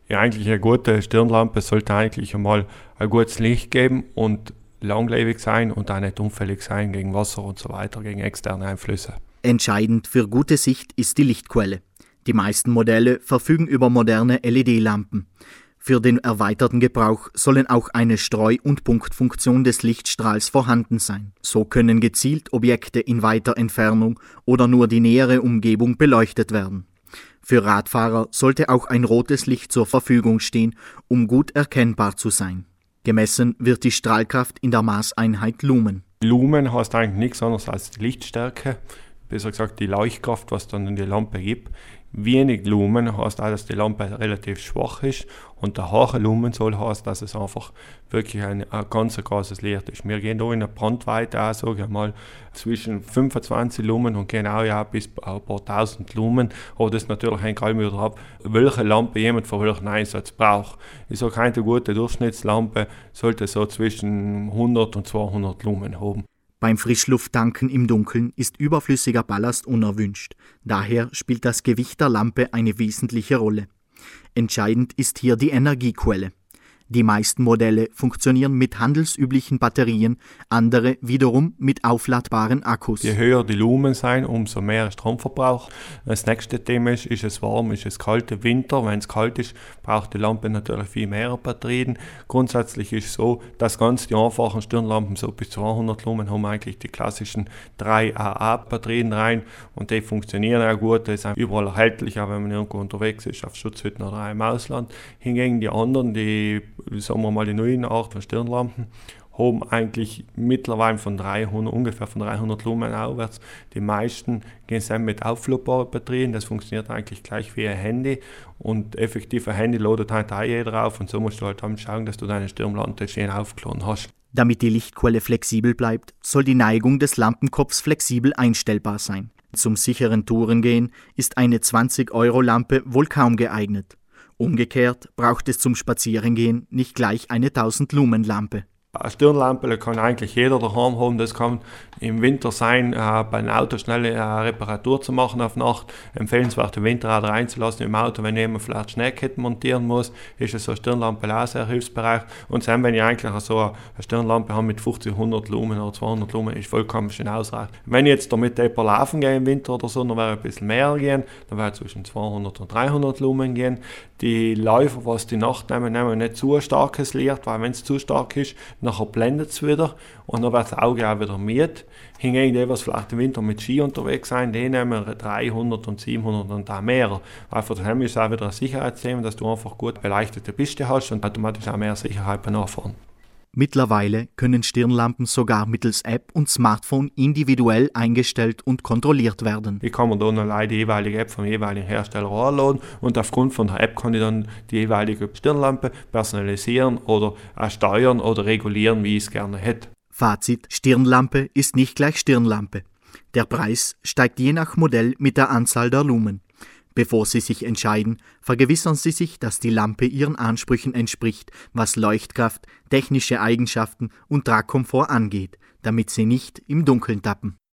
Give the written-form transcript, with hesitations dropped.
Ja, eigentlich eine gute Stirnlampe sollte eigentlich einmal ein gutes Licht geben und langlebig sein und auch nicht unfällig sein gegen Wasser und so weiter, gegen externe Einflüsse. Entscheidend für gute Sicht ist die Lichtquelle. Die meisten Modelle verfügen über moderne LED-Lampen. Für den erweiterten Gebrauch sollen auch eine Streu- und Punktfunktion des Lichtstrahls vorhanden sein. So können gezielt Objekte in weiter Entfernung oder nur die nähere Umgebung beleuchtet werden. Für Radfahrer sollte auch ein rotes Licht zur Verfügung stehen, um gut erkennbar zu sein. Gemessen wird die Strahlkraft in der Maßeinheit Lumen. Lumen heißt eigentlich nichts anderes als die Lichtstärke, besser gesagt die Leuchtkraft, was dann in die Lampe gibt. Wenig Lumen heißt auch, dass die Lampe relativ schwach ist und der hohe Lumen soll heißt, dass es einfach wirklich ein ganz großes Licht ist. Wir gehen da in der Brandweite auch, sage ich mal, zwischen 25 Lumen und gehen auch ja bis ein paar tausend Lumen. Aber das natürlich hängt auch wieder ab, welche Lampe jemand für welchen Einsatz braucht. Ich sage, eine gute Durchschnittslampe sollte so zwischen 100 und 200 Lumen haben. Beim Frischlufttanken im Dunkeln ist überflüssiger Ballast unerwünscht. Daher spielt das Gewicht der Lampe eine wesentliche Rolle. Entscheidend ist hier die Energiequelle. Die meisten Modelle funktionieren mit handelsüblichen Batterien, andere wiederum mit aufladbaren Akkus. Je höher die Lumen sein, umso mehr Stromverbrauch. Das nächste Thema ist es warm, ist es kalt im Winter. Wenn es kalt ist, braucht die Lampe natürlich viel mehr Batterien. Grundsätzlich ist es so, dass ganz die einfachen Stirnlampen so bis 200 Lumen haben eigentlich die klassischen 3 AA-Batterien rein und die funktionieren auch gut. Die sind überall erhältlich, auch wenn man irgendwo unterwegs ist, auf Schutzhütten oder auch im Ausland. Hingegen die anderen, die sagen wir mal die neuen Art von Stirnlampen, haben eigentlich mittlerweile ungefähr von 300 Lumen aufwärts. Die meisten gehen dann mit aufladbaren Batterien, das funktioniert eigentlich gleich wie ein Handy und effektiv ein Handy ladet halt auch jeder auf und so musst du halt dann schauen, dass du deine Stirnlampe schön aufgeladen hast. Damit die Lichtquelle flexibel bleibt, soll die Neigung des Lampenkopfs flexibel einstellbar sein. Zum sicheren Tourengehen ist eine 20-Euro-Lampe wohl kaum geeignet. Umgekehrt braucht es zum Spazierengehen nicht gleich eine 1000-Lumen-Lampe. Eine Stirnlampe kann eigentlich jeder daheim haben. Das kann im Winter sein, bei einem Auto schnell eine Reparatur zu machen auf Nacht. Empfehlenswert, den Winterräder reinzulassen im Auto, wenn jemand vielleicht Schneeketten montieren muss, ist es so eine Stirnlampe auch sehr hilfsbereit. Und dann, wenn ich eigentlich so eine Stirnlampe habe mit 50, 100 Lumen oder 200 Lumen, ist vollkommen schön ausreichend. Wenn ich jetzt damit jemand laufen gehe im Winter oder so, dann wäre ein bisschen mehr gehen, dann wäre zwischen 200 und 300 Lumen gehen. Die Läufer, was die Nacht nehmen nicht zu starkes Licht, weil wenn es zu stark ist, nachher blendet es wieder und dann wird das Auge auch wieder müde. Hingegen die, was vielleicht im Winter mit Ski unterwegs sind, die nehmen 300 und 700 und auch mehr. Weil für den ist es auch wieder ein Sicherheitsthema, dass du einfach gut beleuchtete Piste hast und automatisch auch mehr Sicherheit beim Nachfahren. Mittlerweile können Stirnlampen sogar mittels App und Smartphone individuell eingestellt und kontrolliert werden. Ich kann mir dann allein die jeweilige App vom jeweiligen Hersteller anladen und aufgrund von der App kann ich dann die jeweilige Stirnlampe personalisieren oder steuern oder regulieren, wie ich es gerne hätte. Fazit: Stirnlampe ist nicht gleich Stirnlampe. Der Preis steigt je nach Modell mit der Anzahl der Lumen. Bevor Sie sich entscheiden, vergewissern Sie sich, dass die Lampe Ihren Ansprüchen entspricht, was Leuchtkraft, technische Eigenschaften und Tragkomfort angeht, damit Sie nicht im Dunkeln tappen.